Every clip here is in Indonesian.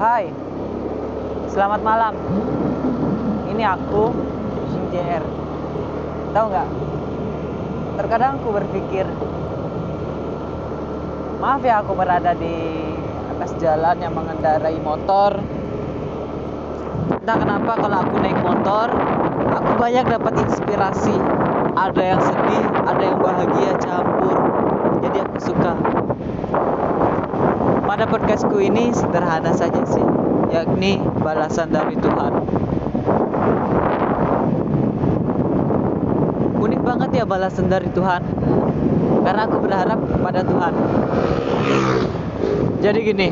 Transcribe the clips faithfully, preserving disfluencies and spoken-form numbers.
Hai, selamat malam. Ini aku, Shin J R. Tahu nggak? Terkadang aku berpikir, maaf ya aku berada di atas jalan yang mengendarai motor. Entah kenapa kalau aku naik motor, aku banyak dapat inspirasi. Ada yang sedih, ada yang bahagia campur. Jadi aku suka. Pada podcastku ini sederhana saja sih, yakni balasan dari Tuhan. Unik banget ya balasan dari Tuhan, karena aku berharap pada Tuhan. Jadi gini,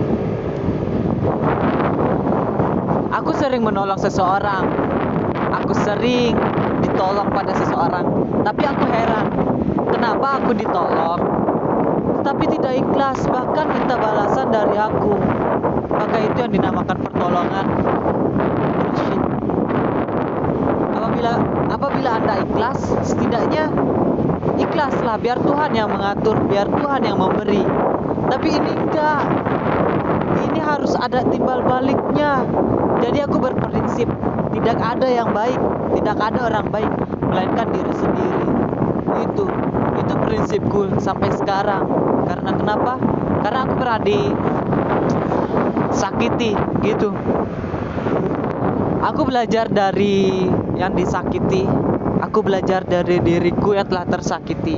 aku sering menolong seseorang, aku sering ditolong pada seseorang, tapi aku heran, kenapa aku ditolong tapi tidak ikhlas, bahkan minta balasan dari aku. Maka itu yang dinamakan pertolongan. Bullshit. Apabila apabila Anda ikhlas, setidaknya ikhlaslah, biar Tuhan yang mengatur, biar Tuhan yang memberi. Tapi ini enggak. Ini harus ada timbal baliknya. Jadi aku berprinsip, tidak ada yang baik, tidak ada orang baik, melainkan diri sendiri. Itu itu prinsipku sampai sekarang. Karena kenapa? Karena aku pernah disakiti gitu. Aku belajar dari yang disakiti. Aku belajar dari diriku yang telah tersakiti.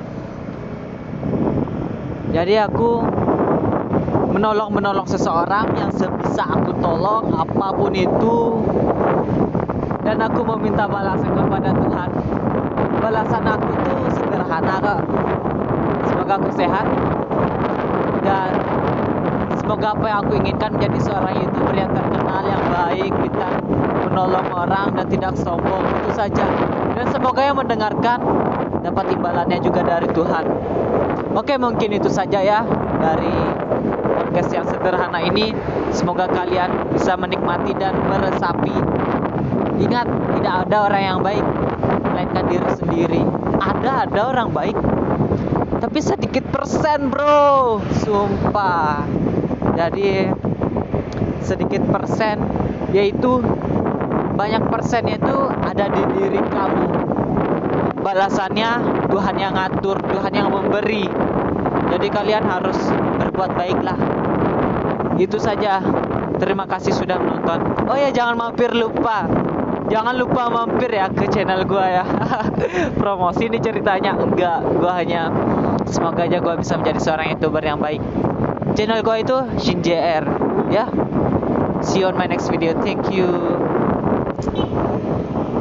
Jadi aku menolong-menolong seseorang yang sebisa aku tolong, apapun itu. Dan aku meminta balasan kepada Tuhan. Balasan aku tuh sederhana kok. Semoga aku sehat dan semoga apa yang aku inginkan menjadi seorang YouTuber yang terkenal, yang baik, bisa menolong orang dan tidak sombong. Itu saja. Dan semoga yang mendengarkan dapat imbalannya juga dari Tuhan. Oke, mungkin itu saja ya dari podcast yang sederhana ini. Semoga kalian bisa menikmati dan meresapi. Ingat, tidak ada orang yang baik melainkan diri sendiri. Ada ada orang baik, tapi sedikit persen bro, sumpah. Jadi sedikit persen, yaitu banyak persennya itu ada di diri kamu. Balasannya Tuhan yang ngatur, Tuhan yang memberi. Jadi kalian harus berbuat baiklah. Itu saja. Terima kasih sudah menonton. Oh ya, jangan mampir lupa. Jangan lupa mampir ya ke channel gua ya. Promosi ini ceritanya enggak, gua hanya semoga aja gua bisa menjadi seorang YouTuber yang baik. Channel gua itu Shin J R ya. See you on my next video. Thank you.